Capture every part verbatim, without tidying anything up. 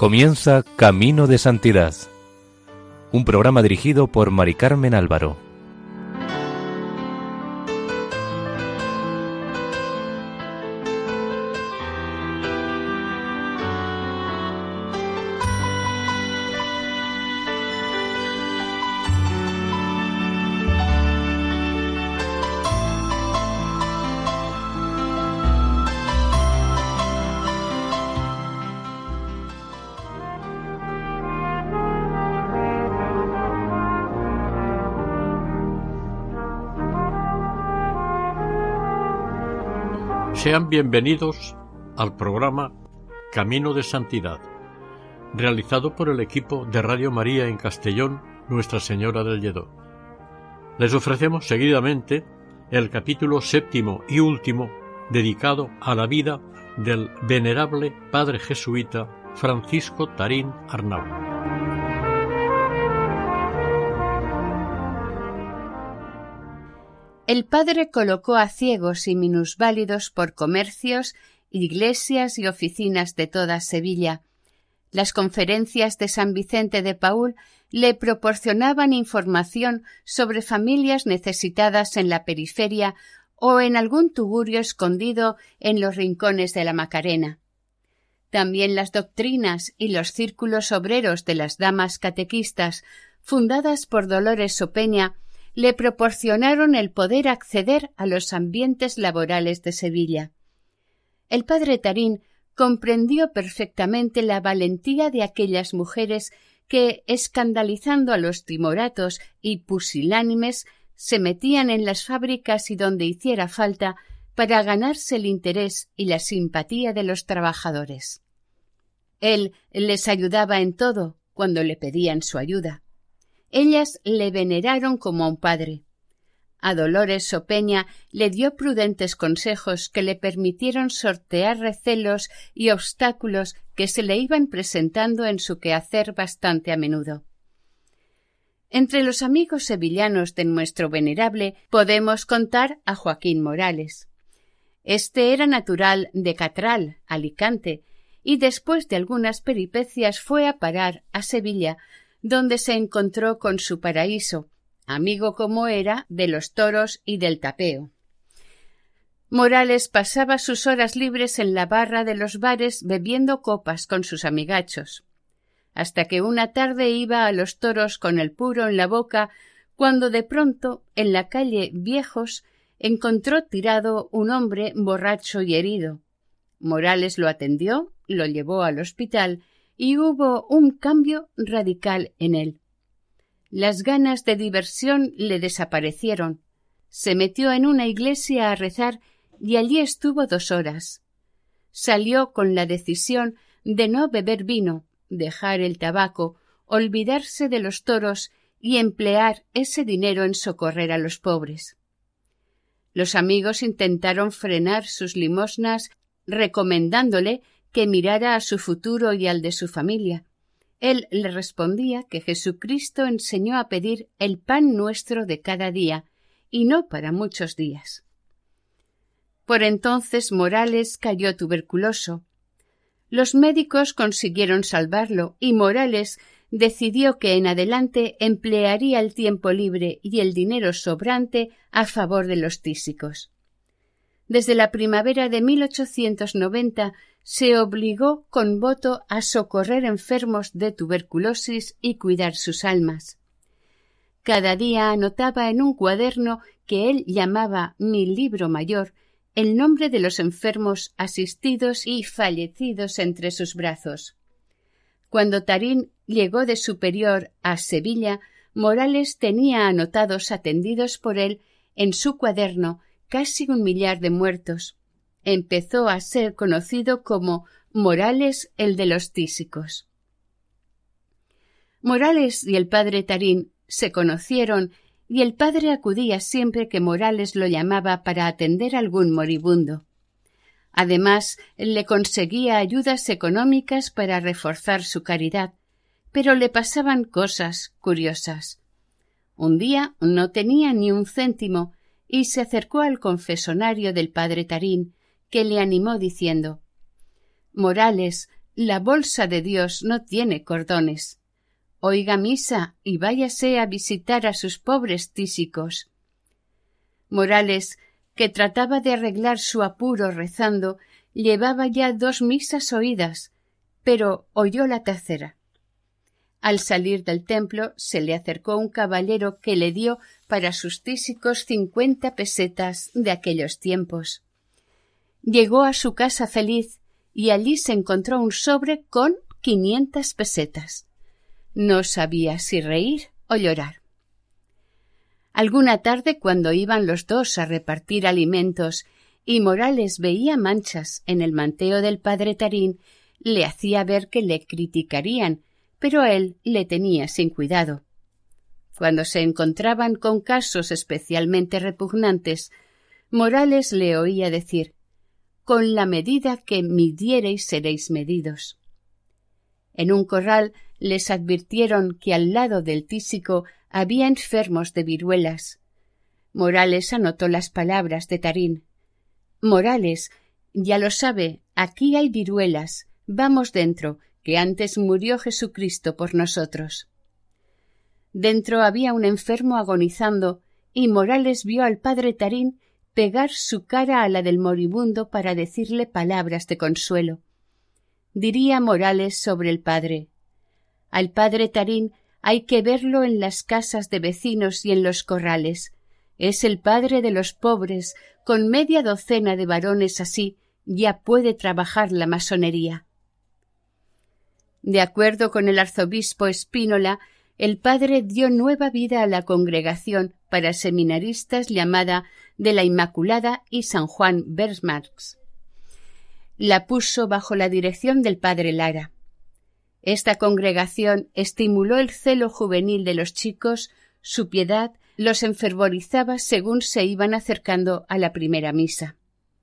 Comienza Camino de Santidad, un programa dirigido por Mari Carmen Álvaro. Sean bienvenidos al programa Camino de Santidad, realizado por el equipo de Radio María en Castellón, Nuestra Señora del Lledó. Les ofrecemos seguidamente el capítulo séptimo y último dedicado a la vida del venerable padre jesuita Francisco Tarín Arnau. El padre colocó a ciegos y minusválidos por comercios, iglesias y oficinas de toda Sevilla. Las conferencias de San Vicente de Paúl le proporcionaban información sobre familias necesitadas en la periferia o en algún tugurio escondido en los rincones de la Macarena. También las doctrinas y los círculos obreros de las damas catequistas, fundadas por Dolores Opeña, le proporcionaron el poder acceder a los ambientes laborales de Sevilla. El padre Tarín comprendió perfectamente la valentía de aquellas mujeres que, escandalizando a los timoratos y pusilánimes, se metían en las fábricas y donde hiciera falta para ganarse el interés y la simpatía de los trabajadores. Él les ayudaba en todo cuando le pedían su ayuda. Ellas le veneraron como a un padre. A Dolores Opeña le dio prudentes consejos que le permitieron sortear recelos y obstáculos que se le iban presentando en su quehacer bastante a menudo. Entre los amigos sevillanos de nuestro venerable podemos contar a Joaquín Morales. Este era natural de Catral, Alicante, y después de algunas peripecias fue a parar a Sevilla, donde se encontró con su paraíso, amigo como era de los toros y del tapeo. Morales pasaba sus horas libres en la barra de los bares bebiendo copas con sus amigachos, hasta que una tarde iba a los toros con el puro en la boca, cuando de pronto, en la calle Viejos, encontró tirado un hombre borracho y herido. Morales lo atendió, lo llevó al hospital y hubo un cambio radical en él. Las ganas de diversión le desaparecieron. Se metió en una iglesia a rezar y allí estuvo dos horas. Salió con la decisión de no beber vino, dejar el tabaco, olvidarse de los toros y emplear ese dinero en socorrer a los pobres. Los amigos intentaron frenar sus limosnas recomendándole que mirara a su futuro y al de su familia. Él le respondía que Jesucristo enseñó a pedir el pan nuestro de cada día, y no para muchos días. Por entonces Morales cayó tuberculoso. Los médicos consiguieron salvarlo, y Morales decidió que en adelante emplearía el tiempo libre y el dinero sobrante a favor de los tísicos. Desde la primavera de mil ochocientos noventa se obligó con voto a socorrer enfermos de tuberculosis y cuidar sus almas. Cada día anotaba en un cuaderno que él llamaba mi libro mayor el nombre de los enfermos asistidos y fallecidos entre sus brazos. Cuando Tarín llegó de superior a Sevilla, Morales tenía anotados atendidos por él en su cuaderno casi un millar de muertos. Empezó a ser conocido como Morales el de los tísicos. Morales y el padre Tarín se conocieron y el padre acudía siempre que Morales lo llamaba para atender a algún moribundo. Además, le conseguía ayudas económicas para reforzar su caridad, pero le pasaban cosas curiosas. Un día no tenía ni un céntimo y se acercó al confesonario del padre Tarín, que le animó diciendo: «Morales, la bolsa de Dios no tiene cordones. Oiga misa y váyase a visitar a sus pobres tísicos. Morales, que trataba de arreglar su apuro rezando, llevaba ya dos misas oídas, pero oyó la tercera. Al salir del templo se le acercó un caballero que le dio para sus tísicos cincuenta pesetas de aquellos tiempos. Llegó a su casa feliz y allí se encontró un sobre con quinientas pesetas. No sabía si reír o llorar. Alguna tarde, cuando iban los dos a repartir alimentos y Morales veía manchas en el manteo del padre Tarín, le hacía ver que le criticarían, pero él le tenía sin cuidado. Cuando se encontraban con casos especialmente repugnantes, Morales le oía decir: «Con la medida que midiereis seréis medidos». En un corral les advirtieron que al lado del tísico había enfermos de viruelas. Morales anotó las palabras de Tarín. «Morales, ya lo sabe, aquí hay viruelas, vamos dentro, que antes murió Jesucristo por nosotros». Dentro había un enfermo agonizando y Morales vio al padre Tarín pegar su cara a la del moribundo para decirle palabras de consuelo. Diría Morales sobre el padre: «Al padre Tarín hay que verlo en las casas de vecinos y en los corrales. Es el padre de los pobres, con media docena de varones así ya puede trabajar la masonería». De acuerdo con el arzobispo Spínola, el padre dio nueva vida a la congregación para seminaristas llamada de la Inmaculada y San Juan Versmarx. La puso bajo la dirección del padre Lara. Esta congregación estimuló el celo juvenil de los chicos, su piedad los enfervorizaba según se iban acercando a la primera misa.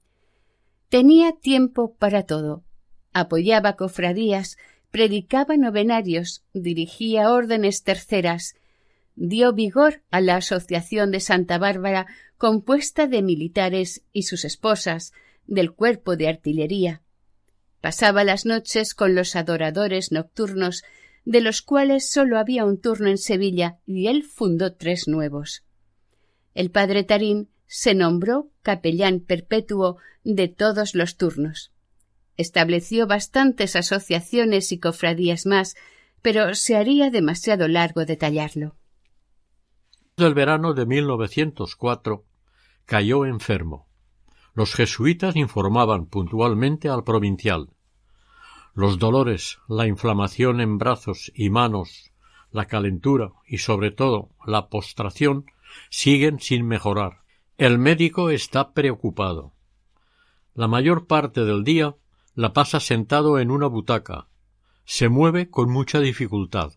Tenía tiempo para todo. Apoyaba cofradías, predicaba novenarios, dirigía órdenes terceras, dio vigor a la Asociación de Santa Bárbara, compuesta de militares y sus esposas, del cuerpo de artillería. Pasaba las noches con los adoradores nocturnos, de los cuales sólo había un turno en Sevilla, y él fundó tres nuevos. El padre Tarín se nombró capellán perpetuo de todos los turnos. Estableció bastantes asociaciones y cofradías más, pero se haría demasiado largo detallarlo. Del verano de mil novecientos cuatro cayó enfermo. Los jesuitas informaban puntualmente al provincial. Los dolores, la inflamación en brazos y manos, la calentura y sobre todo la postración siguen sin mejorar. El médico está preocupado. La mayor parte del día la pasa sentado en una butaca. Se mueve con mucha dificultad.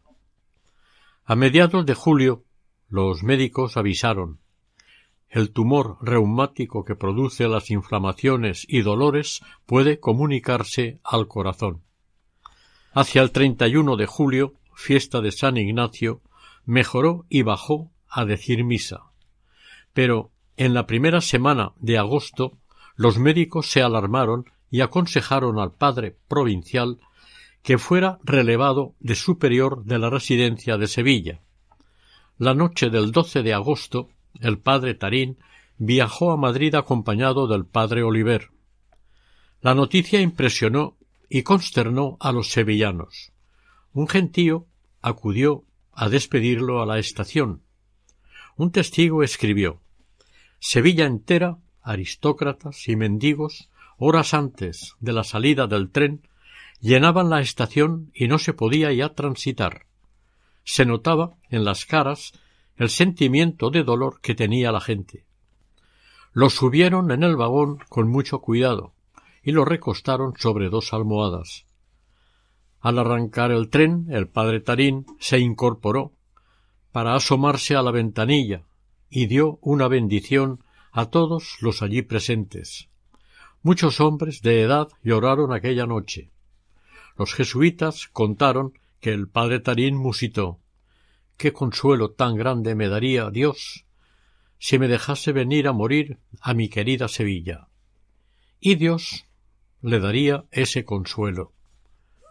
A mediados de julio, los médicos avisaron: el tumor reumático que produce las inflamaciones y dolores puede comunicarse al corazón. Hacia el treinta y uno de julio, fiesta de San Ignacio, mejoró y bajó a decir misa. Pero en la primera semana de agosto los médicos se alarmaron y aconsejaron al padre provincial que fuera relevado de superior de la residencia de Sevilla. La noche del doce de agosto, el padre Tarín viajó a Madrid acompañado del padre Oliver. La noticia impresionó y consternó a los sevillanos. Un gentío acudió a despedirlo a la estación. Un testigo escribió: Sevilla entera, aristócratas y mendigos, horas antes de la salida del tren, llenaban la estación y no se podía ya transitar. Se notaba en las caras el sentimiento de dolor que tenía la gente. Lo subieron en el vagón con mucho cuidado y lo recostaron sobre dos almohadas. Al arrancar el tren, el padre Tarín se incorporó para asomarse a la ventanilla y dio una bendición a todos los allí presentes. Muchos hombres de edad lloraron aquella noche. Los jesuitas contaron que el padre Tarín musitó: «Qué consuelo tan grande me daría Dios si me dejase venir a morir a mi querida Sevilla». Y Dios le daría ese consuelo.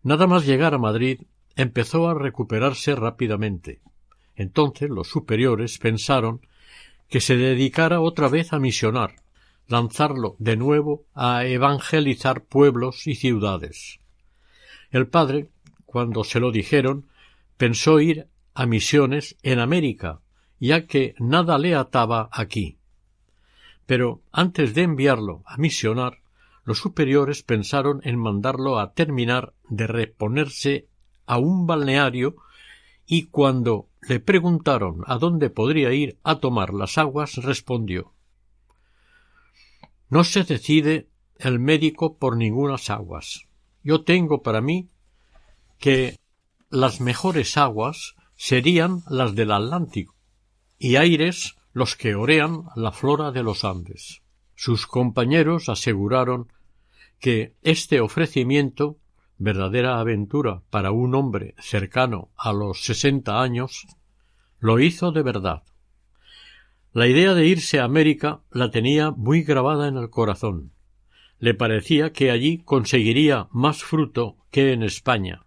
Nada más llegar a Madrid, empezó a recuperarse rápidamente. Entonces los superiores pensaron que se dedicara otra vez a misionar, lanzarlo de nuevo a evangelizar pueblos y ciudades. El padre, cuando se lo dijeron, pensó ir a misiones en América, ya que nada le ataba aquí. Pero antes de enviarlo a misionar, los superiores pensaron en mandarlo a terminar de reponerse a un balneario, y cuando le preguntaron a dónde podría ir a tomar las aguas, respondió: «No se decide el médico por ningunas aguas. Yo tengo para mí que las mejores aguas serían las del Atlántico, y aires los que orean la flora de los Andes». Sus compañeros aseguraron que este ofrecimiento, verdadera aventura para un hombre cercano a los sesenta años, lo hizo de verdad. La idea de irse a América la tenía muy grabada en el corazón. Le parecía que allí conseguiría más fruto que en España.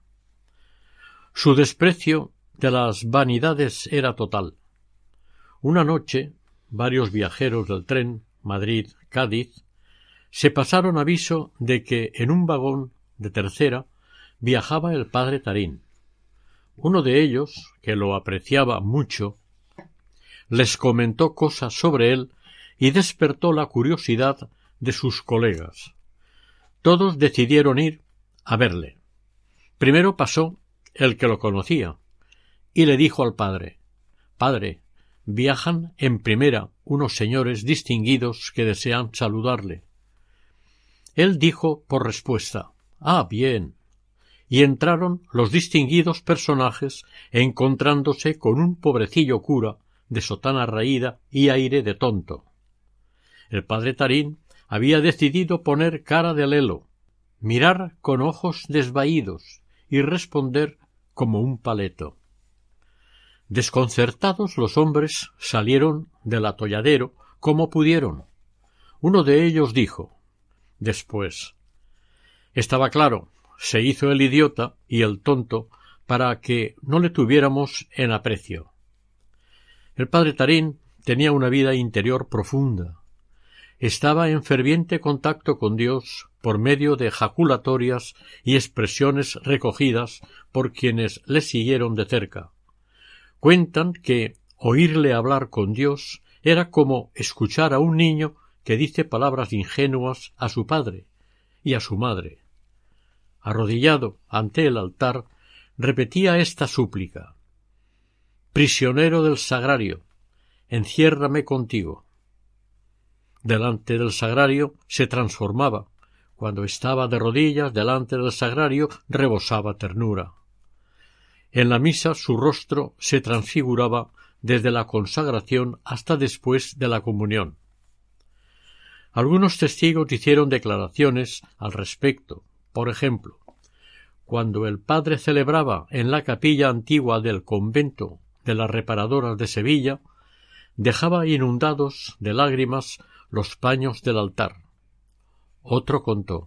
Su desprecio de las vanidades era total. Una noche, varios viajeros del tren Madrid-Cádiz se pasaron aviso de que en un vagón de tercera viajaba el padre Tarín. Uno de ellos, que lo apreciaba mucho, les comentó cosas sobre él y despertó la curiosidad de sus colegas. Todos decidieron ir a verle. Primero pasó el que lo conocía y le dijo al padre: «Padre, viajan en primera unos señores distinguidos que desean saludarle». Él dijo por respuesta: «Ah, bien», y entraron los distinguidos personajes encontrándose con un pobrecillo cura de sotana raída y aire de tonto. El padre Tarín había decidido poner cara de lelo, mirar con ojos desvaídos y responder como un paleto. Desconcertados los hombres salieron del atolladero como pudieron. Uno de ellos dijo después: «Estaba claro, se hizo el idiota y el tonto para que no le tuviéramos en aprecio». El padre Tarín tenía una vida interior profunda. Estaba en ferviente contacto con Dios por medio de jaculatorias y expresiones recogidas por quienes le siguieron de cerca. Cuentan que oírle hablar con Dios era como escuchar a un niño que dice palabras ingenuas a su padre y a su madre. Arrodillado ante el altar, repetía esta súplica: «Prisionero del sagrario, enciérrame contigo». Delante del sagrario se transformaba. Cuando estaba de rodillas delante del sagrario rebosaba ternura. En la misa su rostro se transfiguraba desde la consagración hasta después de la comunión. Algunos testigos hicieron declaraciones al respecto. Por ejemplo, cuando el padre celebraba en la capilla antigua del convento de las Reparadoras de Sevilla, dejaba inundados de lágrimas los paños del altar. Otro contó: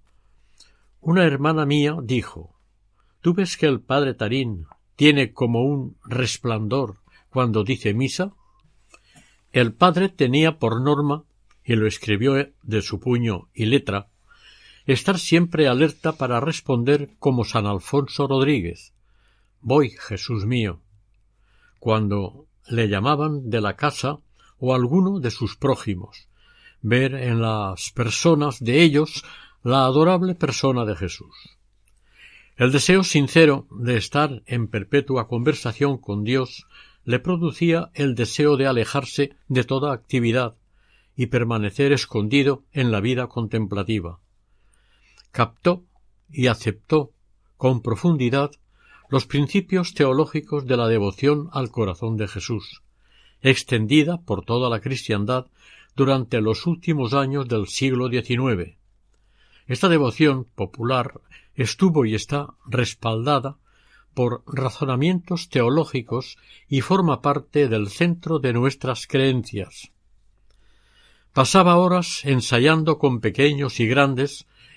«Una hermana mía dijo: ¿tú ves que el padre Tarín tiene como un resplandor cuando dice misa?» El padre tenía por norma, y lo escribió de su puño y letra, estar siempre alerta para responder como San Alfonso Rodríguez: «Voy, Jesús mío», cuando le llamaban de la casa o alguno de sus prójimos, ver en las personas de ellos la adorable persona de Jesús. El deseo sincero de estar en perpetua conversación con Dios le producía el deseo de alejarse de toda actividad y permanecer escondido en la vida contemplativa. Captó y aceptó con profundidad los principios teológicos de la devoción al corazón de Jesús, extendida por toda la cristiandad durante los últimos años del siglo diecinueve. Esta devoción popular estuvo y está respaldada por razonamientos teológicos y forma parte del centro de nuestras creencias. Pasaba horas ensayando con pequeños y grandes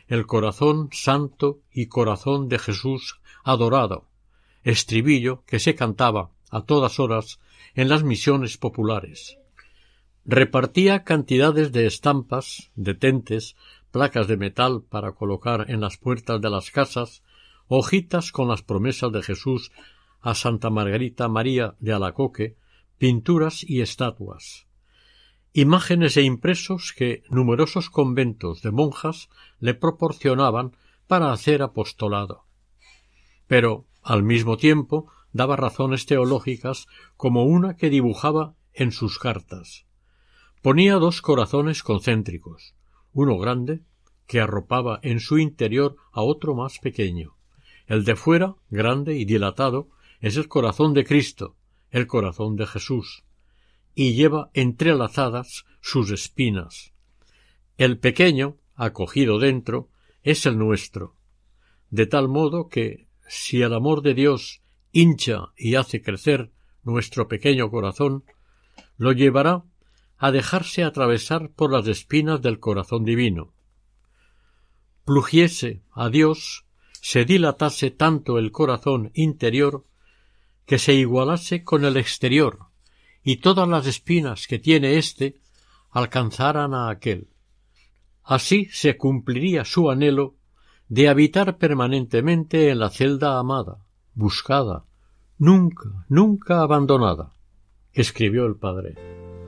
el corazón santo y corazón de Jesús adorado, estribillo que se cantaba a todas horas en las misiones populares. Repartía cantidades de estampas, de tentes, placas de metal para colocar en las puertas de las casas, hojitas con las promesas de Jesús a Santa Margarita María de Alacoque, pinturas y estatuas, imágenes e impresos que numerosos conventos de monjas le proporcionaban para hacer apostolado. Pero, al mismo tiempo, daba razones teológicas como una que dibujaba en sus cartas. Ponía dos corazones concéntricos, uno grande, que arropaba en su interior a otro más pequeño. El de fuera, grande y dilatado, es el corazón de Cristo, el corazón de Jesús, y lleva entrelazadas sus espinas. El pequeño, acogido dentro, es el nuestro, de tal modo que, si el amor de Dios hincha y hace crecer nuestro pequeño corazón, lo llevará a dejarse atravesar por las espinas del corazón divino. Plugiese a Dios, se dilatase tanto el corazón interior que se igualase con el exterior, y todas las espinas que tiene éste alcanzaran a aquel. Así se cumpliría su anhelo de habitar permanentemente en la celda amada, buscada, nunca, nunca abandonada, escribió el padre.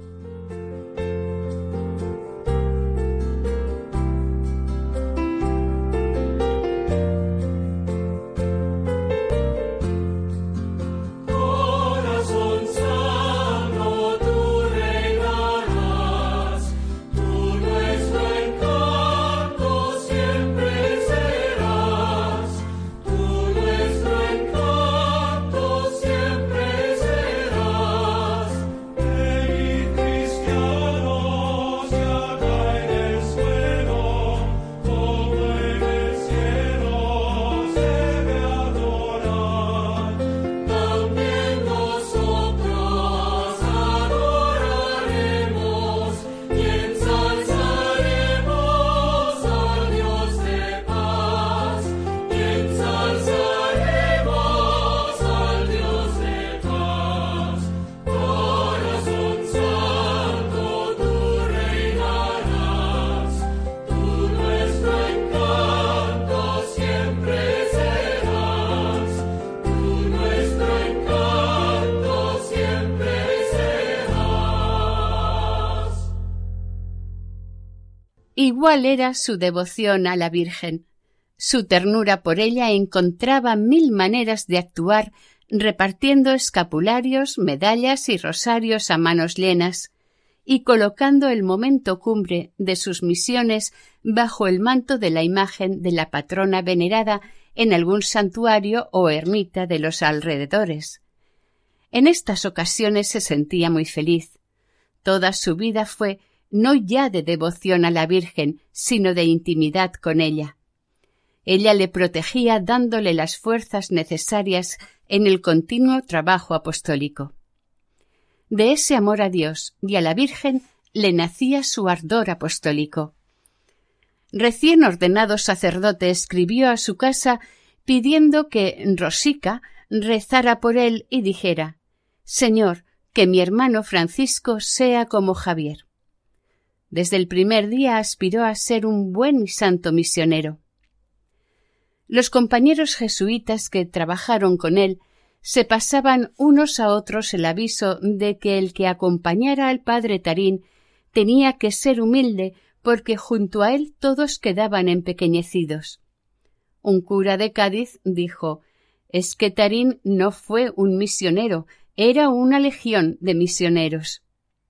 Igual era su devoción a la Virgen. Su ternura por ella encontraba mil maneras de actuar, repartiendo escapularios, medallas y rosarios a manos llenas, y colocando el momento cumbre de sus misiones bajo el manto de la imagen de la patrona venerada en algún santuario o ermita de los alrededores. En estas ocasiones se sentía muy feliz. Toda su vida fue no ya de devoción a la Virgen, sino de intimidad con ella. Ella le protegía dándole las fuerzas necesarias en el continuo trabajo apostólico. De ese amor a Dios y a la Virgen le nacía su ardor apostólico. Recién ordenado sacerdote escribió a su casa pidiendo que Rosica rezara por él y dijera: «Señor, que mi hermano Francisco sea como Javier». Desde el primer día aspiró a ser un buen y santo misionero. Los compañeros jesuitas que trabajaron con él se pasaban unos a otros el aviso de que el que acompañara al padre Tarín tenía que ser humilde porque junto a él todos quedaban empequeñecidos. Un cura de Cádiz dijo: «Es que Tarín no fue un misionero, era una legión de misioneros».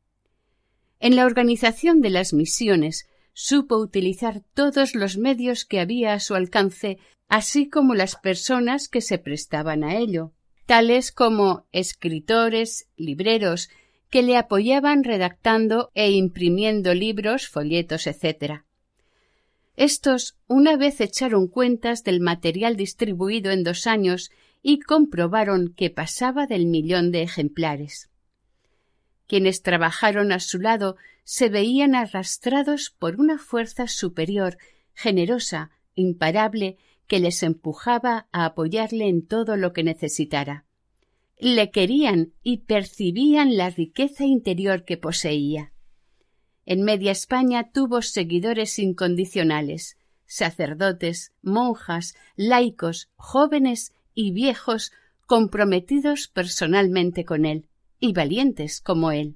En la organización de las misiones supo utilizar todos los medios que había a su alcance, así como las personas que se prestaban a ello, tales como escritores, libreros, que le apoyaban redactando e imprimiendo libros, folletos, etcétera. Estos una vez echaron cuentas del material distribuido en dos años y comprobaron que pasaba del millón de ejemplares. Quienes trabajaron a su lado se veían arrastrados por una fuerza superior, generosa, imparable que les empujaba a apoyarle en todo lo que necesitara. Le querían y percibían la riqueza interior que poseía. En media España tuvo seguidores incondicionales, sacerdotes, monjas, laicos, jóvenes y viejos comprometidos personalmente con él, y valientes como él.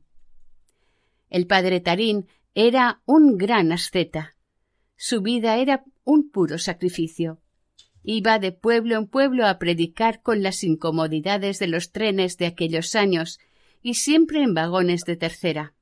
El padre Tarín era un gran asceta. Su vida era un puro sacrificio. Iba de pueblo en pueblo a predicar con las incomodidades de los trenes de aquellos años, y siempre en vagones de tercera.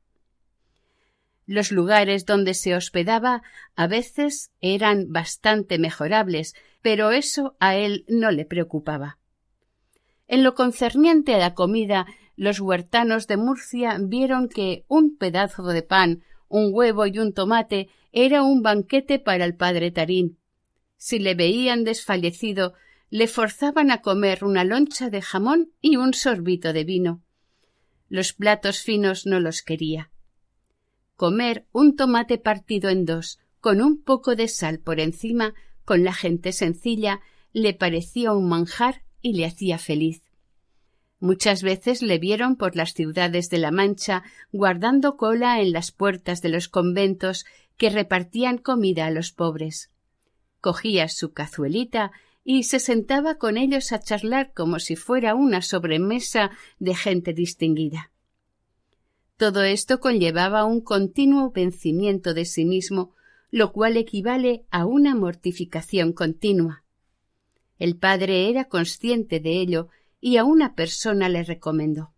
Los lugares donde se hospedaba a veces eran bastante mejorables, pero eso a él no le preocupaba. En lo concerniente a la comida, los huertanos de Murcia vieron que un pedazo de pan, un huevo y un tomate era un banquete para el padre Tarín. Si le veían desfallecido, le forzaban a comer una loncha de jamón y un sorbito de vino. Los platos finos no los quería. Comer un tomate partido en dos, con un poco de sal por encima, con la gente sencilla, le parecía un manjar y le hacía feliz. Muchas veces le vieron por las ciudades de la Mancha guardando cola en las puertas de los conventos que repartían comida a los pobres. Cogía su cazuelita y se sentaba con ellos a charlar como si fuera una sobremesa de gente distinguida. Todo esto conllevaba un continuo vencimiento de sí mismo, lo cual equivale a una mortificación continua. El padre era consciente de ello y a una persona le recomendó: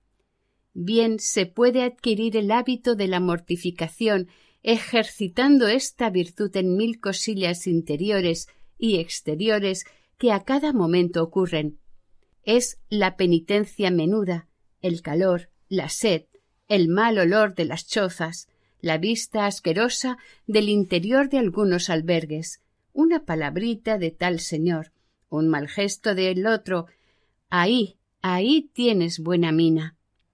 bien se puede adquirir el hábito de la mortificación ejercitando esta virtud en mil cosillas interiores y exteriores que a cada momento ocurren. Es la penitencia menuda, el calor, la sed, el mal olor de las chozas, la vista asquerosa del interior de algunos albergues, una palabrita de tal señor, un mal gesto del otro. Ahí, ahí tienes buena mina.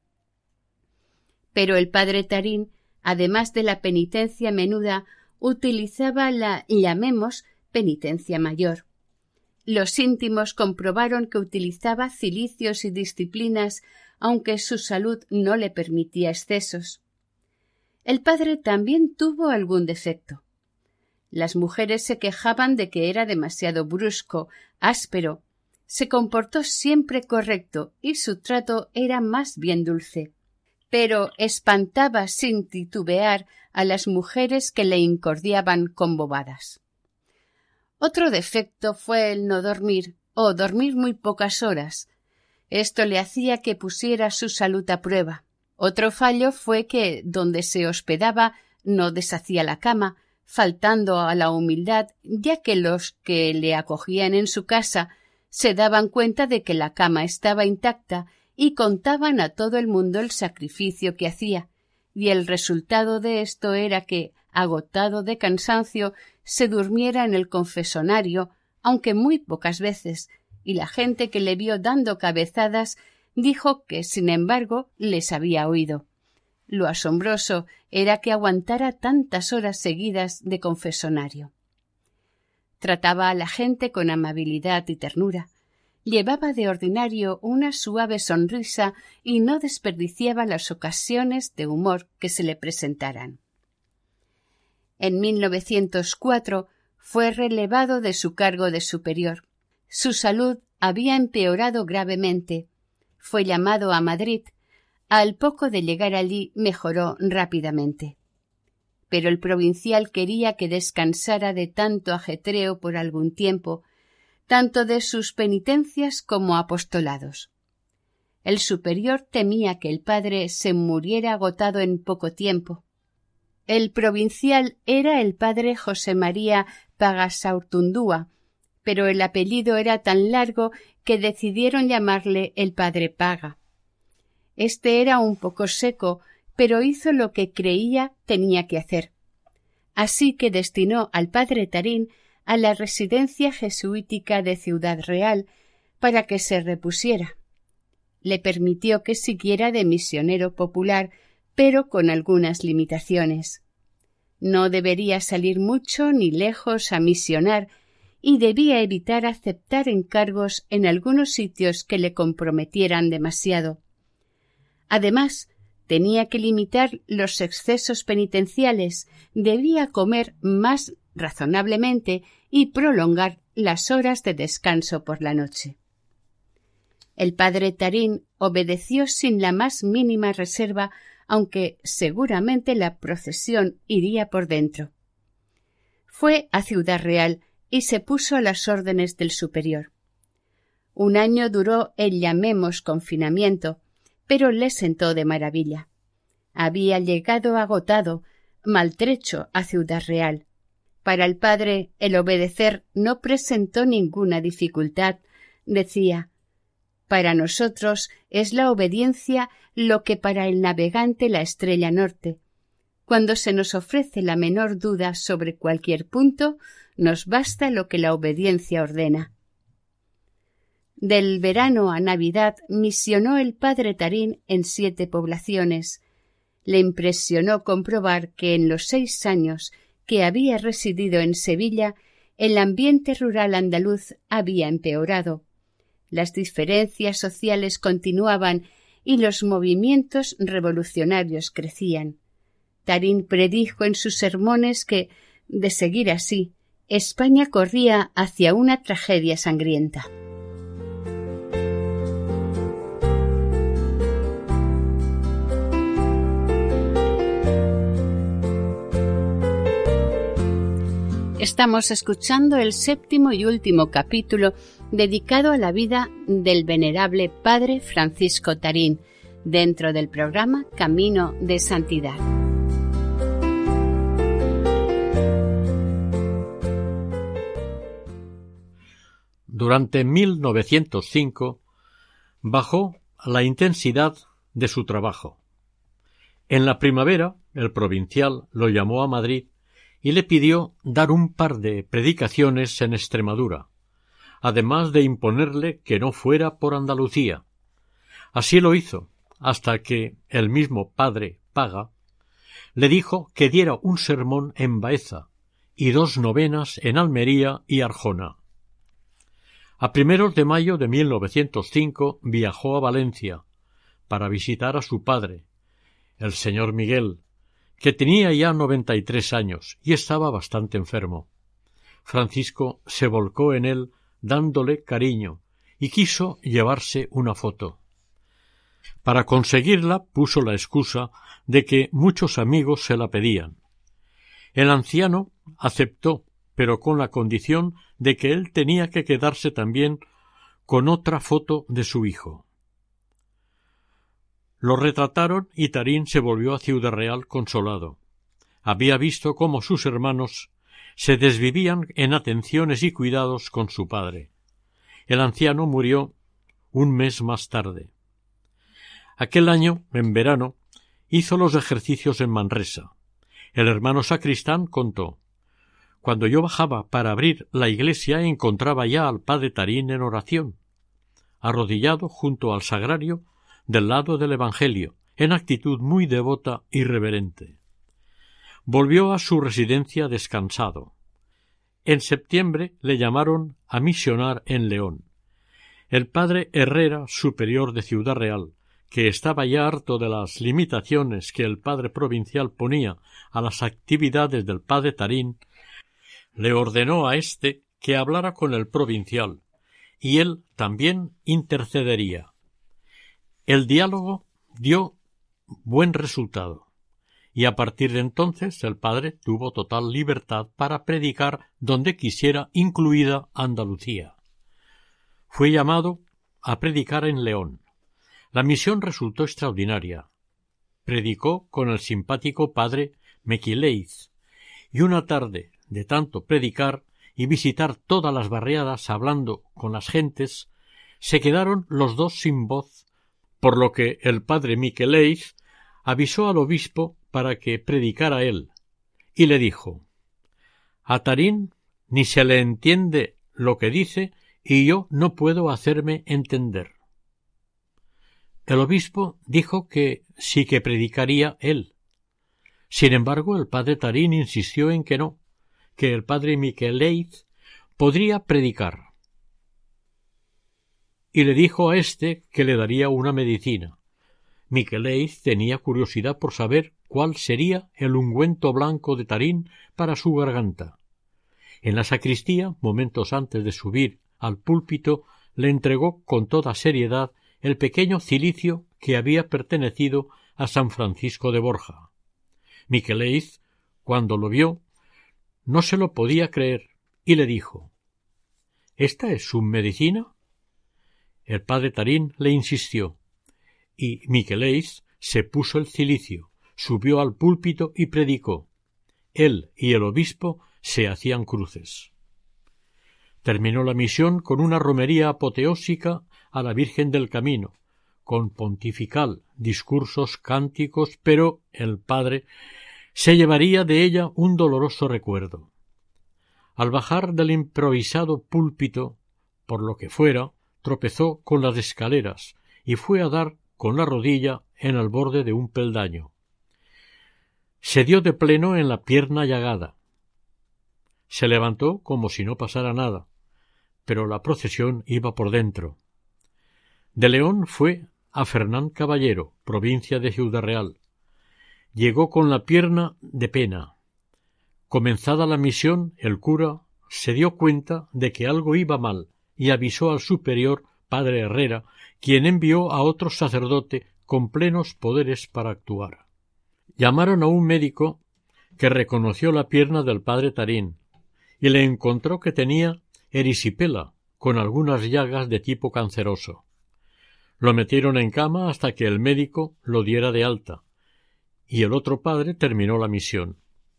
Pero el padre Tarín, además de la penitencia menuda, utilizaba la, llamemos, penitencia mayor. Los íntimos comprobaron que utilizaba cilicios y disciplinas, aunque su salud no le permitía excesos. El padre también tuvo algún defecto. Las mujeres se quejaban de que era demasiado brusco, áspero. Se comportó siempre correcto y su trato era más bien dulce, pero espantaba sin titubear a las mujeres que le incordiaban con bobadas. Otro defecto fue el no dormir, o dormir muy pocas horas. Esto le hacía que pusiera su salud a prueba. Otro fallo fue que, donde se hospedaba, no deshacía la cama, faltando a la humildad, ya que los que le acogían en su casa se daban cuenta de que la cama estaba intacta y contaban a todo el mundo el sacrificio que hacía, y el resultado de esto era que, agotado de cansancio, se durmiera en el confesonario, aunque muy pocas veces, y la gente que le vio dando cabezadas dijo que, sin embargo, les había oído. Lo asombroso era que aguantara tantas horas seguidas de confesonario. Trataba a la gente con amabilidad y ternura. Llevaba de ordinario una suave sonrisa y no desperdiciaba las ocasiones de humor que se le presentaran. En mil novecientos cuatro fue relevado de su cargo de superior. Su salud había empeorado gravemente. Fue llamado a Madrid. Al poco de llegar allí mejoró rápidamente. Pero el provincial quería que descansara de tanto ajetreo por algún tiempo, tanto de sus penitencias como apostolados. El superior temía que el padre se muriera agotado en poco tiempo. El provincial era el padre José María Pagasaurtundúa, pero el apellido era tan largo que decidieron llamarle el padre Paga. Este era un poco seco, pero hizo lo que creía tenía que hacer. Así que destinó al padre Tarín a la residencia jesuítica de Ciudad Real para que se repusiera. Le permitió que siguiera de misionero popular, pero con algunas limitaciones. No debería salir mucho ni lejos a misionar y debía evitar aceptar encargos en algunos sitios que le comprometieran demasiado. Además, tenía que limitar los excesos penitenciales, debía comer más razonablemente y prolongar las horas de descanso por la noche. El padre Tarín obedeció sin la más mínima reserva, aunque seguramente la procesión iría por dentro. Fue a Ciudad Real y se puso a las órdenes del superior. Un año duró el llamemos confinamiento, pero le sentó de maravilla. Había llegado agotado, maltrecho a Ciudad Real. Para el padre el obedecer no presentó ninguna dificultad. Decía: para nosotros es la obediencia lo que para el navegante la estrella norte. Cuando se nos ofrece la menor duda sobre cualquier punto, nos basta lo que la obediencia ordena. Del verano a Navidad misionó el padre Tarín en siete poblaciones. Le impresionó comprobar que en los seis años que había residido en Sevilla, el ambiente rural andaluz había empeorado. Las diferencias sociales continuaban y los movimientos revolucionarios crecían. Tarín predijo en sus sermones que, de seguir así, España corría hacia una tragedia sangrienta. Estamos escuchando el séptimo y último capítulo dedicado a la vida del venerable padre Francisco Tarín, dentro del programa Camino de Santidad. Durante mil novecientos cinco bajó la intensidad de su trabajo. En la primavera, el provincial lo llamó a Madrid y le pidió dar un par de predicaciones en Extremadura, además de imponerle que no fuera por Andalucía. Así lo hizo, hasta que el mismo padre Paga le dijo que diera un sermón en Baeza y dos novenas en Almería y Arjona. A primeros de mayo de mil novecientos cinco viajó a Valencia para visitar a su padre, el señor Miguel, que tenía ya noventa y tres años y estaba bastante enfermo. Francisco se volcó en él dándole cariño y quiso llevarse una foto. Para conseguirla puso la excusa de que muchos amigos se la pedían. El anciano aceptó, pero con la condición de que él tenía que quedarse también con otra foto de su hijo. Lo retrataron y Tarín se volvió a Ciudad Real consolado. Había visto cómo sus hermanos se desvivían en atenciones y cuidados con su padre. El anciano murió un mes más tarde. Aquel año, en verano, hizo los ejercicios en Manresa. El hermano sacristán contó: cuando yo bajaba para abrir la iglesia encontraba ya al padre Tarín en oración, arrodillado junto al sagrario del lado del Evangelio, en actitud muy devota y reverente. Volvió a su residencia descansado. En septiembre le llamaron a misionar en León. El padre Herrera, superior de Ciudad Real, que estaba ya harto de las limitaciones que el padre provincial ponía a las actividades del padre Tarín, le ordenó a éste que hablara con el provincial, y él también intercedería. El diálogo dio buen resultado, y a partir de entonces el padre tuvo total libertad para predicar donde quisiera, incluida Andalucía. Fue llamado a predicar en León. La misión resultó extraordinaria. Predicó con el simpático padre Mequileiz, y una tarde, de tanto predicar y visitar todas las barriadas hablando con las gentes, se quedaron los dos sin voz, por lo que el padre Miqueleiz avisó al obispo para que predicara él, y le dijo: a Tarín ni se le entiende lo que dice y yo no puedo hacerme entender. El obispo dijo que sí que predicaría él. Sin embargo, el padre Tarín insistió en que no, que el padre Miqueleiz podría predicar. Y le dijo a éste que le daría una medicina. Miqueleiz tenía curiosidad por saber cuál sería el ungüento blanco de Tarín para su garganta. En la sacristía, momentos antes de subir al púlpito, le entregó con toda seriedad el pequeño cilicio que había pertenecido a San Francisco de Borja. Miqueleiz, cuando lo vio, no se lo podía creer y le dijo: ¿Esta es su medicina? El padre Tarín le insistió, y Miqueleiz se puso el cilicio, subió al púlpito y predicó. Él y el obispo se hacían cruces. Terminó la misión con una romería apoteósica a la Virgen del Camino, con pontifical, discursos, cánticos, pero el padre se llevaría de ella un doloroso recuerdo. Al bajar del improvisado púlpito, por lo que fuera, tropezó con las escaleras y fue a dar con la rodilla en el borde de un peldaño. Se dio de pleno en la pierna llagada. Se levantó como si no pasara nada, pero la procesión iba por dentro. De León fue a Fernán Caballero, provincia de Ciudad Real. Llegó con la pierna de pena. Comenzada la misión, el cura se dio cuenta de que algo iba mal y avisó al superior, padre Herrera, quien envió a otro sacerdote con plenos poderes para actuar. Llamaron a un médico que reconoció la pierna del padre Tarín y le encontró que tenía erisipela con algunas llagas de tipo canceroso. Lo metieron en cama hasta que el médico lo diera de alta, y el otro padre terminó la misión.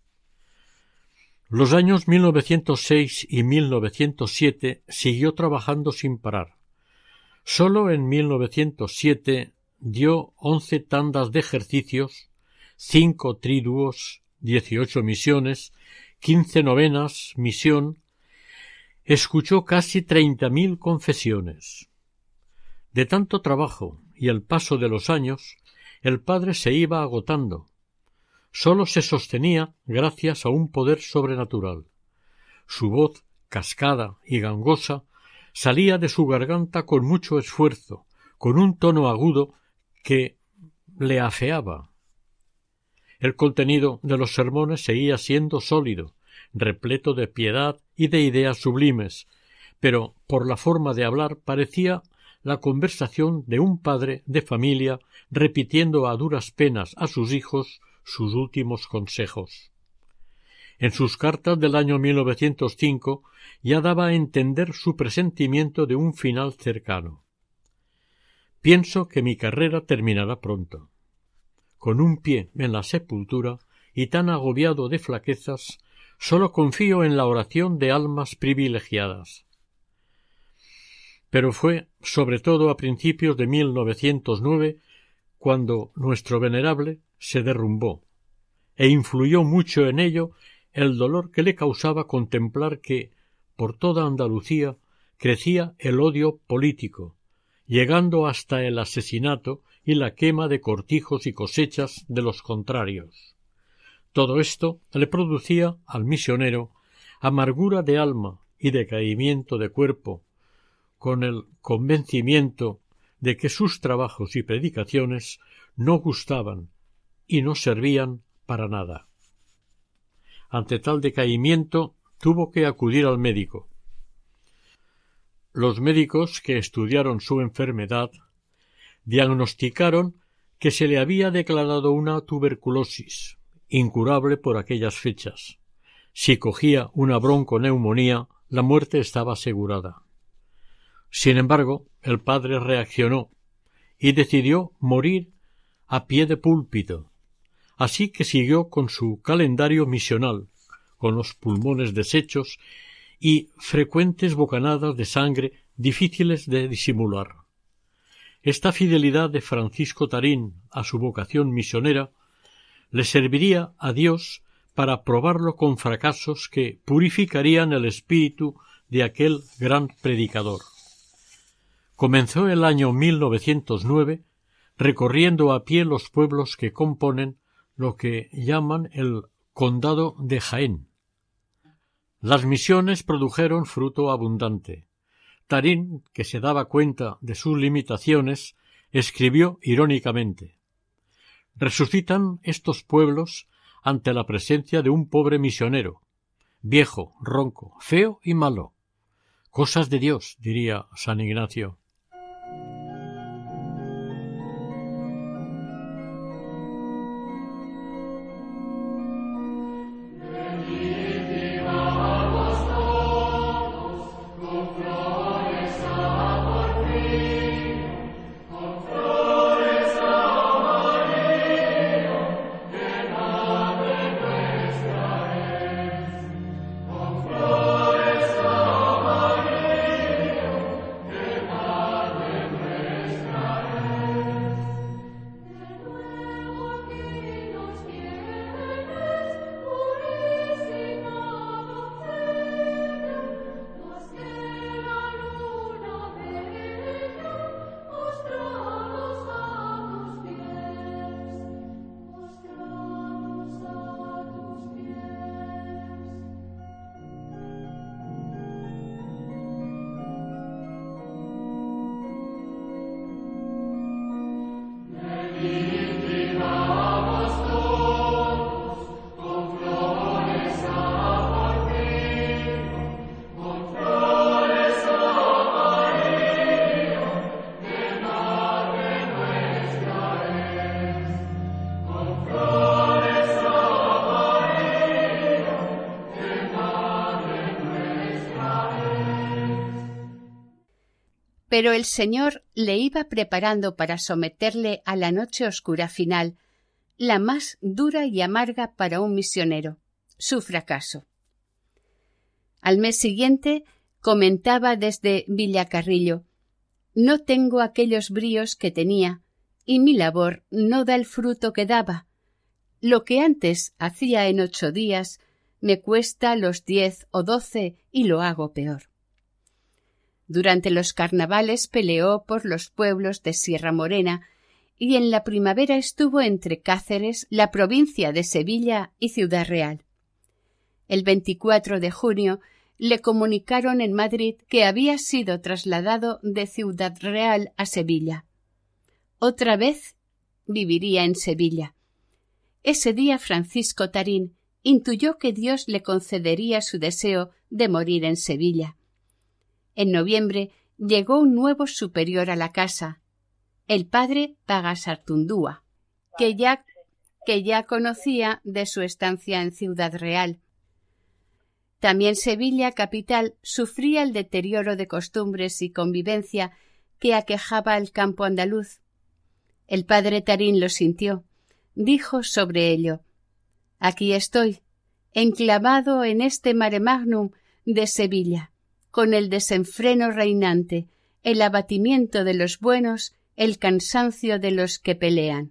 Los años mil novecientos seis y mil novecientos siete siguió trabajando sin parar. Solo en mil novecientos siete dio once tandas de ejercicios, cinco triduos, dieciocho misiones, quince novenas, misión, escuchó casi treinta mil confesiones. De tanto trabajo y el paso de los años, el padre se iba agotando. Sólo se sostenía gracias a un poder sobrenatural. Su voz, cascada y gangosa, salía de su garganta con mucho esfuerzo, con un tono agudo que le afeaba. El contenido de los sermones seguía siendo sólido, repleto de piedad y de ideas sublimes, pero por la forma de hablar parecía la conversación de un padre de familia repitiendo a duras penas a sus hijos sus últimos consejos. En sus cartas del año mil novecientos cinco ya daba a entender su presentimiento de un final cercano. Pienso que mi carrera terminará pronto. Con un pie en la sepultura y tan agobiado de flaquezas, sólo confío en la oración de almas privilegiadas. Pero fue, sobre todo a principios de mil novecientos nueve, cuando nuestro venerable se derrumbó, e influyó mucho en ello el dolor que le causaba contemplar que, por toda Andalucía, crecía el odio político, llegando hasta el asesinato y la quema de cortijos y cosechas de los contrarios. Todo esto le producía al misionero amargura de alma y decaimiento de cuerpo, con el convencimiento de que sus trabajos y predicaciones no gustaban y no servían para nada. Ante tal decaimiento tuvo que acudir al médico. Los médicos que estudiaron su enfermedad diagnosticaron que se le había declarado una tuberculosis, incurable por aquellas fechas. Si cogía una bronconeumonía, la muerte estaba asegurada. Sin embargo, el padre reaccionó y decidió morir a pie de púlpito, así que siguió con su calendario misional, con los pulmones deshechos y frecuentes bocanadas de sangre difíciles de disimular. Esta fidelidad de Francisco Tarín a su vocación misionera le serviría a Dios para probarlo con fracasos que purificarían el espíritu de aquel gran predicador. Comenzó el año mil novecientos nueve recorriendo a pie los pueblos que componen lo que llaman el Condado de Jaén. Las misiones produjeron fruto abundante. Tarín, que se daba cuenta de sus limitaciones, escribió irónicamente: «Resucitan estos pueblos ante la presencia de un pobre misionero, viejo, ronco, feo y malo. Cosas de Dios», diría San Ignacio. Pero el Señor le iba preparando para someterle a la noche oscura final, la más dura y amarga para un misionero, su fracaso. Al mes siguiente comentaba desde Villacarrillo: «No tengo aquellos bríos que tenía, y mi labor no da el fruto que daba. Lo que antes hacía en ocho días me cuesta los diez o doce y lo hago peor». Durante los carnavales peleó por los pueblos de Sierra Morena y en la primavera estuvo entre Cáceres, la provincia de Sevilla y Ciudad Real. El veinticuatro de junio le comunicaron en Madrid que había sido trasladado de Ciudad Real a Sevilla. Otra vez viviría en Sevilla. Ese día Francisco Tarín intuyó que Dios le concedería su deseo de morir en Sevilla. En noviembre llegó un nuevo superior a la casa, el padre Pagasartundúa, que ya, que ya conocía de su estancia en Ciudad Real. También Sevilla, capital, sufría el deterioro de costumbres y convivencia que aquejaba al campo andaluz. El padre Tarín lo sintió. Dijo sobre ello: «Aquí estoy, enclavado en este mare magnum de Sevilla, con el desenfreno reinante, el abatimiento de los buenos, el cansancio de los que pelean».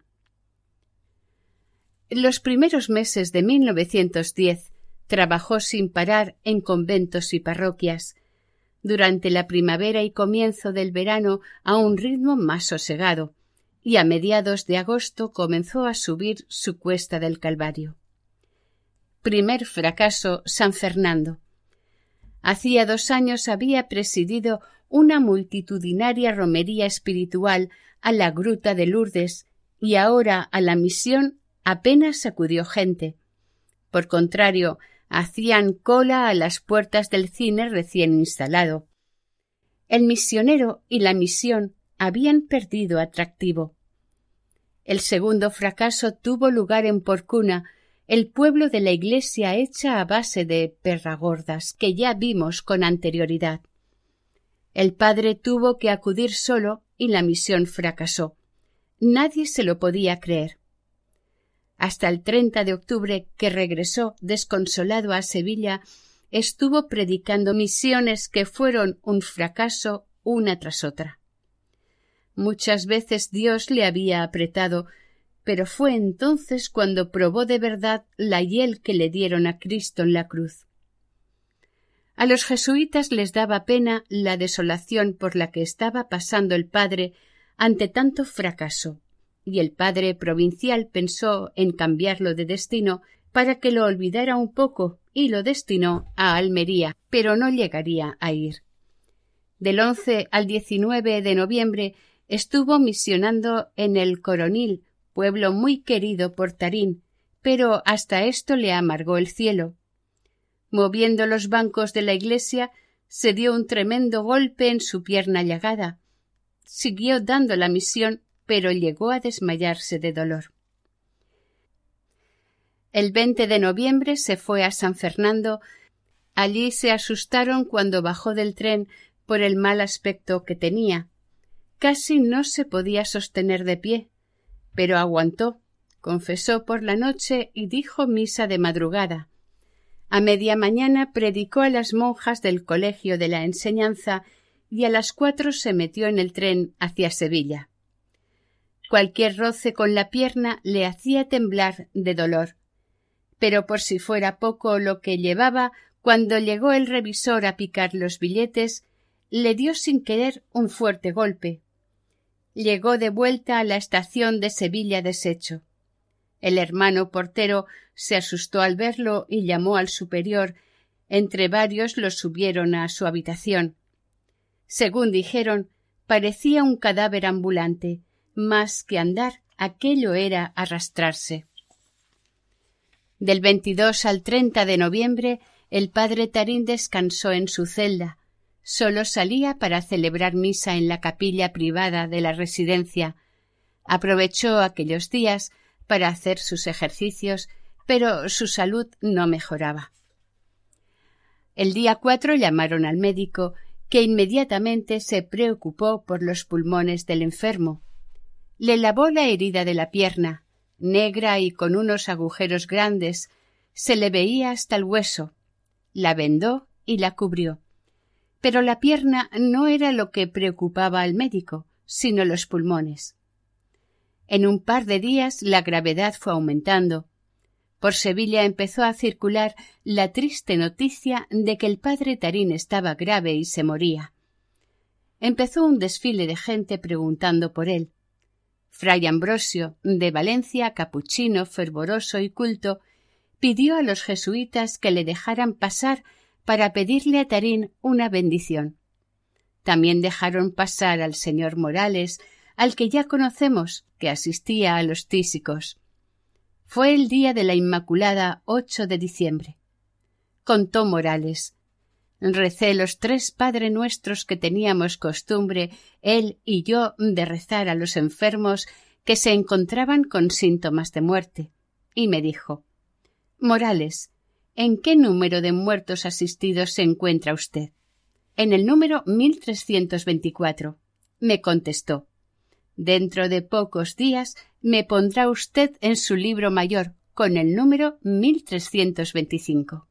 Los primeros meses de mil novecientos diez trabajó sin parar en conventos y parroquias. Durante la primavera y comienzo del verano a un ritmo más sosegado, y a mediados de agosto comenzó a subir su cuesta del Calvario. Primer fracaso: San Fernando. Hacía dos años había presidido una multitudinaria romería espiritual a la gruta de Lourdes y ahora a la misión apenas acudió gente. Por contrario, hacían cola a las puertas del cine recién instalado. El misionero y la misión habían perdido atractivo. El segundo fracaso tuvo lugar en Porcuna, el pueblo de la iglesia hecha a base de perragordas que ya vimos con anterioridad. El padre tuvo que acudir solo y la misión fracasó. Nadie se lo podía creer. Hasta el treinta de octubre, que regresó desconsolado a Sevilla, estuvo predicando misiones que fueron un fracaso una tras otra. Muchas veces Dios le había apretado, pero fue entonces cuando probó de verdad la hiel que le dieron a Cristo en la cruz. A los jesuitas les daba pena la desolación por la que estaba pasando el padre ante tanto fracaso, y el padre provincial pensó en cambiarlo de destino para que lo olvidara un poco y lo destinó a Almería, pero no llegaría a ir. Del once al diecinueve de noviembre estuvo misionando en el Coronil, pueblo muy querido por Tarín, pero hasta esto le amargó el cielo. Moviendo los bancos de la iglesia, se dio un tremendo golpe en su pierna llagada. Siguió dando la misión, pero llegó a desmayarse de dolor. El veinte de noviembre se fue a San Fernando. Allí se asustaron cuando bajó del tren por el mal aspecto que tenía. Casi no se podía sostener de pie, pero aguantó, confesó por la noche y dijo misa de madrugada. A media mañana predicó a las monjas del Colegio de la Enseñanza y a las cuatro se metió en el tren hacia Sevilla. Cualquier roce con la pierna le hacía temblar de dolor, pero por si fuera poco lo que llevaba, cuando llegó el revisor a picar los billetes, le dio sin querer un fuerte golpe. Llegó de vuelta a la estación de Sevilla deshecho. El hermano portero se asustó al verlo y llamó al superior. Entre varios lo subieron a su habitación. Según dijeron, parecía un cadáver ambulante. Más que andar, aquello era arrastrarse. Del veintidós al treinta de noviembre, el padre Tarín descansó en su celda. Solo salía para celebrar misa en la capilla privada de la residencia. Aprovechó aquellos días para hacer sus ejercicios, pero su salud no mejoraba. El día cuatro llamaron al médico, que inmediatamente se preocupó por los pulmones del enfermo. Le lavó la herida de la pierna, negra y con unos agujeros grandes, se le veía hasta el hueso. La vendó y la cubrió. Pero la pierna no era lo que preocupaba al médico, sino los pulmones. En un par de días la gravedad fue aumentando. Por Sevilla empezó a circular la triste noticia de que el padre Tarín estaba grave y se moría. Empezó un desfile de gente preguntando por él. Fray Ambrosio, de Valencia, capuchino, fervoroso y culto, pidió a los jesuitas que le dejaran pasar para pedirle a Tarín una bendición. También dejaron pasar al señor Morales, al que ya conocemos, que asistía a los tísicos. Fue el día de la Inmaculada, ocho de diciembre. Contó Morales: recé los tres Padre Nuestros que teníamos costumbre, él y yo, de rezar a los enfermos que se encontraban con síntomas de muerte, y me dijo: Morales, ¿en qué número de muertos asistidos se encuentra usted? En el número mil trescientos veinticuatro. Me contestó: dentro de pocos días me pondrá usted en su libro mayor con el número mil trescientos veinticinco.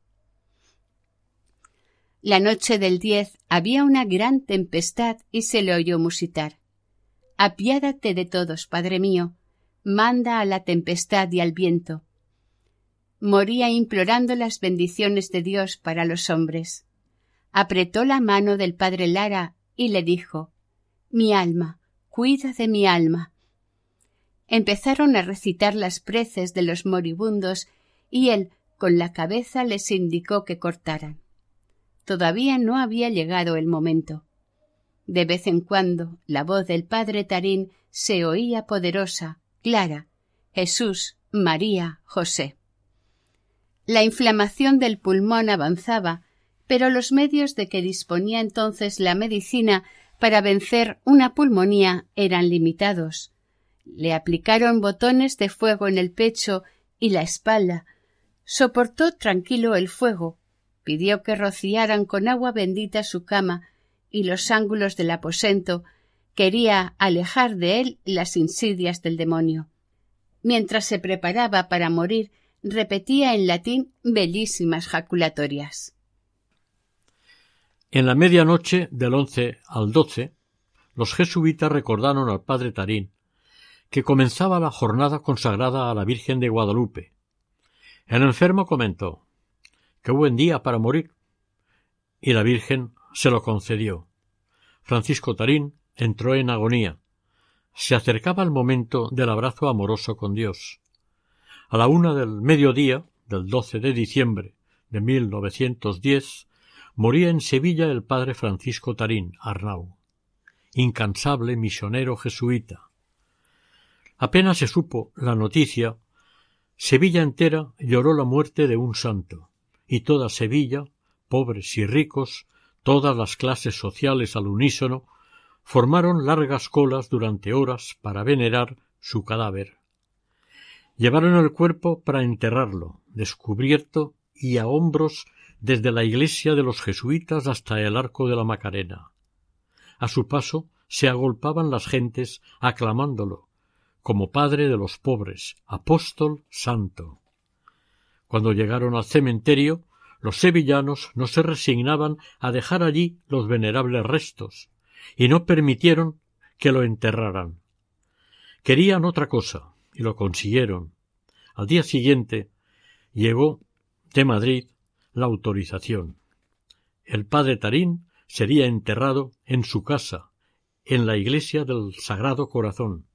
La noche del diez había una gran tempestad y se le oyó musitar: apiádate de todos, Padre mío, manda a la tempestad y al viento. Moría implorando las bendiciones de Dios para los hombres. Apretó la mano del padre Lara y le dijo: mi alma, cuida de mi alma. Empezaron a recitar las preces de los moribundos y él con la cabeza les indicó que cortaran. Todavía no había llegado el momento. De vez en cuando la voz del padre Tarín se oía poderosa, clara: Jesús, María, José. La inflamación del pulmón avanzaba, pero los medios de que disponía entonces la medicina para vencer una pulmonía eran limitados. Le aplicaron botones de fuego en el pecho y la espalda. Soportó tranquilo el fuego. Pidió que rociaran con agua bendita su cama y los ángulos del aposento. Quería alejar de él las insidias del demonio. Mientras se preparaba para morir, repetía en latín bellísimas jaculatorias. En la medianoche del once al doce, los jesuitas recordaron al padre Tarín que comenzaba la jornada consagrada a la Virgen de Guadalupe. El enfermo comentó: «¡Qué buen día para morir!» Y la Virgen se lo concedió. Francisco Tarín entró en agonía. se acercaba el momento del abrazo amoroso con Dios. A la una del mediodía del doce de diciembre de mil novecientos diez moría en Sevilla el padre Francisco Tarín Arnau, incansable misionero jesuita. Apenas se supo la noticia, Sevilla entera lloró la muerte de un santo, y toda Sevilla, pobres y ricos, todas las clases sociales al unísono, formaron largas colas durante horas para venerar su cadáver. Llevaron el cuerpo para enterrarlo, descubierto y a hombros desde la iglesia de los jesuitas hasta el Arco de la Macarena. A su paso se agolpaban las gentes aclamándolo, como padre de los pobres, apóstol santo. Cuando llegaron al cementerio, los sevillanos no se resignaban a dejar allí los venerables restos, y no permitieron que lo enterraran. Querían otra cosa, y lo consiguieron. Al día siguiente llegó de Madrid la autorización. El padre Tarín sería enterrado en su casa, en la iglesia del Sagrado Corazón.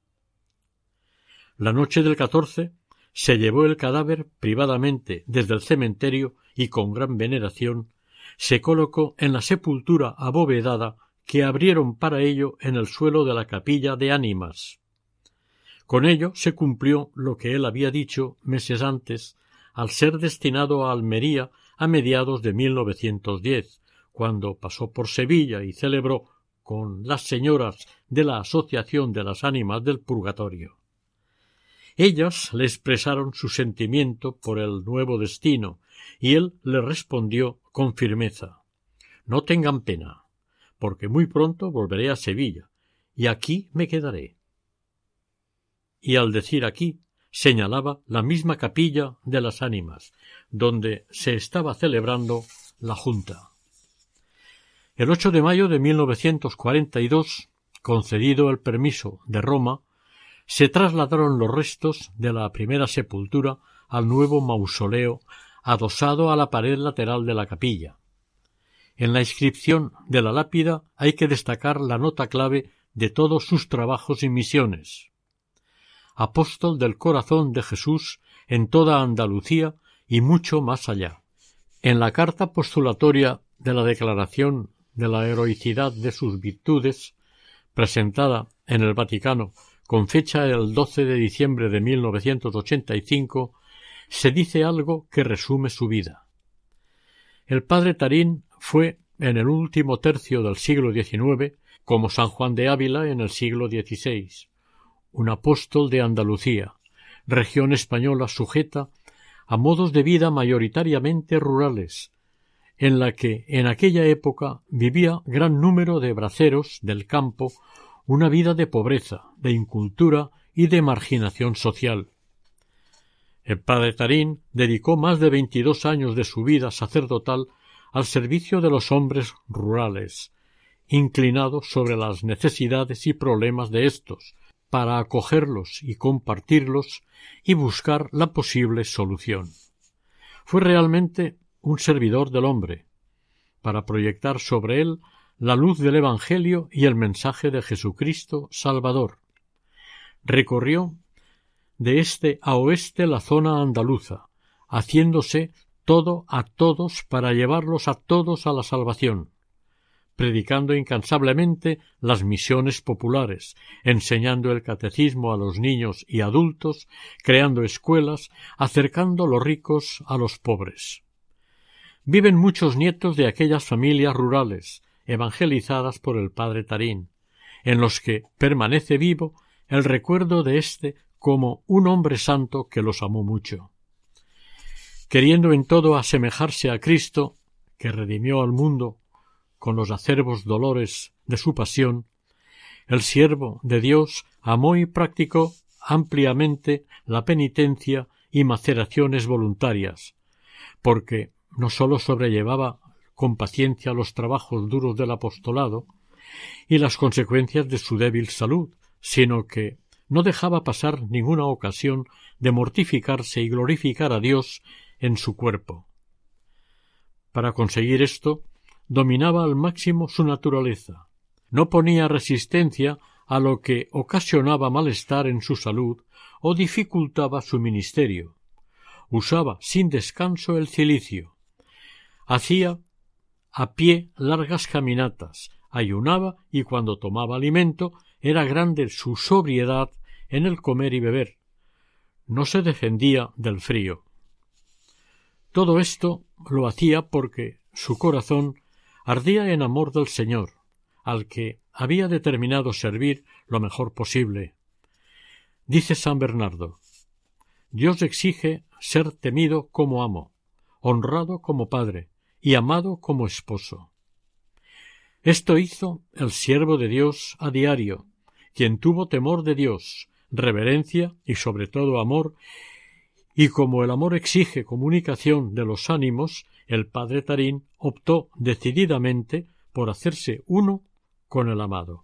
La noche del catorce se llevó el cadáver privadamente desde el cementerio y con gran veneración se colocó en la sepultura abovedada que abrieron para ello en el suelo de la capilla de ánimas. Con ello se cumplió lo que él había dicho meses antes, al ser destinado a Almería a mediados de mil novecientos diez, cuando pasó por Sevilla y celebró con las señoras de la Asociación de las Ánimas del Purgatorio. Ellas le expresaron su sentimiento por el nuevo destino, y él le respondió con firmeza: «No tengan pena, porque muy pronto volveré a Sevilla, y aquí me quedaré». Y al decir aquí, señalaba la misma capilla de las ánimas, donde se estaba celebrando la junta. El ocho de mayo de mil novecientos cuarenta y dos, concedido el permiso de Roma, se trasladaron los restos de la primera sepultura al nuevo mausoleo adosado a la pared lateral de la capilla. En la inscripción de la lápida hay que destacar la nota clave de todos sus trabajos y misiones: apóstol del corazón de Jesús en toda Andalucía y mucho más allá. En la carta postulatoria de la declaración de la heroicidad de sus virtudes, presentada en el Vaticano con fecha el doce de diciembre de mil novecientos ochenta y cinco, se dice algo que resume su vida. El padre Tarín fue, en el último tercio del siglo diecinueve, como San Juan de Ávila en el siglo dieciséis, un apóstol de Andalucía, región española sujeta a modos de vida mayoritariamente rurales, en la que en aquella época vivía gran número de braceros del campo, una vida de pobreza, de incultura y de marginación social. El padre Tarín dedicó más de veintidós años de su vida sacerdotal al servicio de los hombres rurales, inclinado sobre las necesidades y problemas de éstos, para acogerlos y compartirlos y buscar la posible solución. Fue realmente un servidor del hombre, para proyectar sobre él la luz del Evangelio y el mensaje de Jesucristo Salvador. Recorrió de este a oeste la zona andaluza, haciéndose todo a todos para llevarlos a todos a la salvación, predicando incansablemente las misiones populares, enseñando el catecismo a los niños y adultos, creando escuelas, acercando los ricos a los pobres. Viven muchos nietos de aquellas familias rurales, evangelizadas por el padre Tarín, en los que permanece vivo el recuerdo de éste como un hombre santo que los amó mucho. Queriendo en todo asemejarse a Cristo, que redimió al mundo con los acerbos dolores de su pasión, el siervo de Dios amó y practicó ampliamente la penitencia y maceraciones voluntarias, porque no sólo sobrellevaba con paciencia los trabajos duros del apostolado y las consecuencias de su débil salud, sino que no dejaba pasar ninguna ocasión de mortificarse y glorificar a Dios en su cuerpo. Para conseguir esto, dominaba al máximo su naturaleza. No ponía resistencia a lo que ocasionaba malestar en su salud o dificultaba su ministerio. Usaba sin descanso el cilicio. Hacía a pie largas caminatas, ayunaba y cuando tomaba alimento era grande su sobriedad en el comer y beber. No se defendía del frío. Todo esto lo hacía porque su corazón ardía en amor del Señor, al que había determinado servir lo mejor posible. Dice San Bernardo: Dios exige ser temido como amo, honrado como padre y amado como esposo. Esto hizo el siervo de Dios a diario, quien tuvo temor de Dios, reverencia y sobre todo amor, y como el amor exige comunicación de los ánimos, el padre Tarín optó decididamente por hacerse uno con el amado.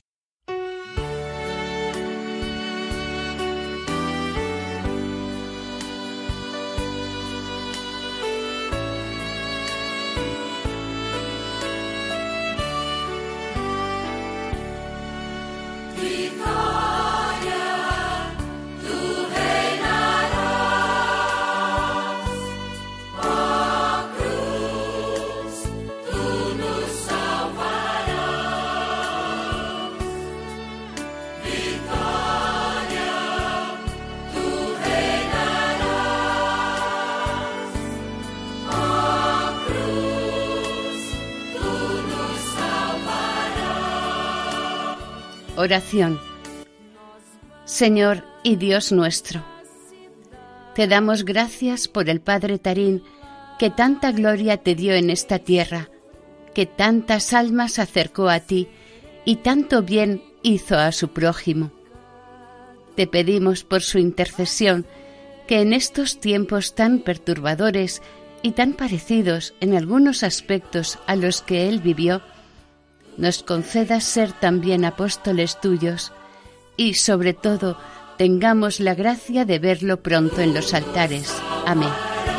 Oración. Señor y Dios nuestro, te damos gracias por el Padre Tarín, que tanta gloria te dio en esta tierra, que tantas almas acercó a ti y tanto bien hizo a su prójimo. Te pedimos por su intercesión que en estos tiempos tan perturbadores y tan parecidos en algunos aspectos a los que él vivió, nos concedas ser también apóstoles tuyos y, sobre todo, tengamos la gracia de verlo pronto en los altares. Amén.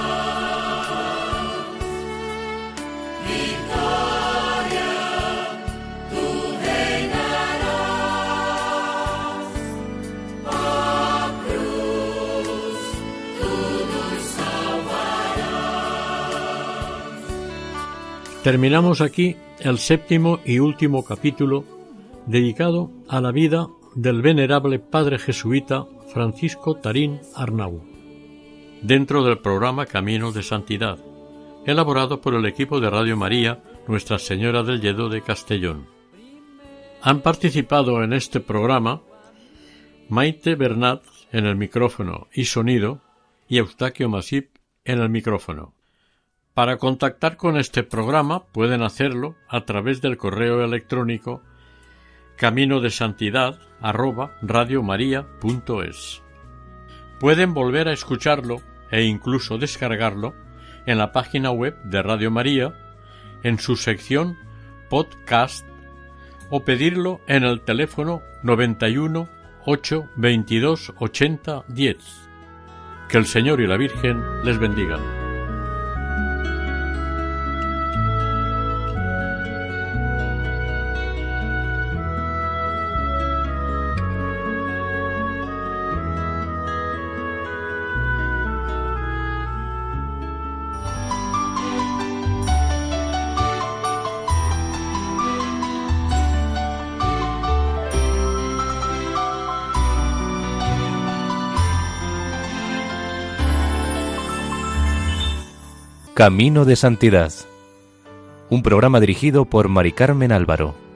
Terminamos aquí el séptimo y último capítulo dedicado a la vida del venerable padre jesuita Francisco Tarín Arnau, dentro del programa Camino de Santidad, elaborado por el equipo de Radio María Nuestra Señora del Lledó de Castellón. Han participado en este programa Maite Bernat en el micrófono y sonido y Eustaquio Masip en el micrófono. Para contactar con este programa pueden hacerlo a través del correo electrónico caminodesantidad arroba radiomaria.es. Pueden volver a escucharlo e incluso descargarlo en la página web de Radio María, en su sección Podcast, o pedirlo en el teléfono noventa y uno, ocho, veintidós, ochenta, diez. Que el Señor y la Virgen les bendigan. Camino de Santidad, un programa dirigido por Mari Carmen Álvaro.